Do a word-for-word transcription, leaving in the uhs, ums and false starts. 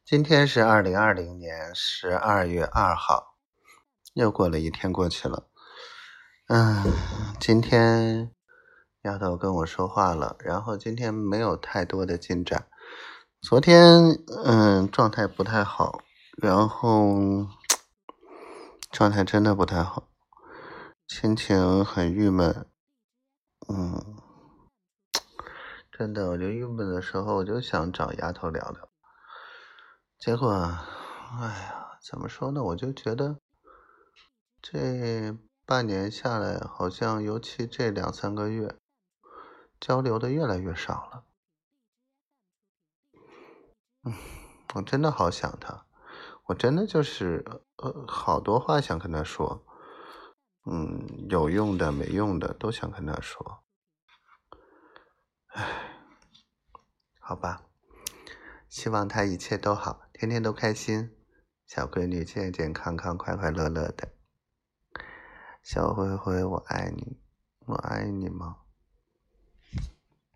今天是二零二零年十二月二号，又过了一天过去了。嗯，今天丫头跟我说话了，然后今天没有太多的进展。昨天嗯状态不太好，然后状态真的不太好，心情很郁闷。嗯，真的，我就郁闷的时候，我就想找丫头聊聊。结果，哎呀，怎么说呢？我就觉得这半年下来，好像尤其这两三个月，交流的越来越少了。嗯，我真的好想他，我真的就是呃，好多话想跟他说，嗯，有用的、没用的都想跟他说。唉，好吧，希望他一切都好，天天都开心，小闺女健健康康、快快乐乐的。小灰灰，我爱你，我爱你吗？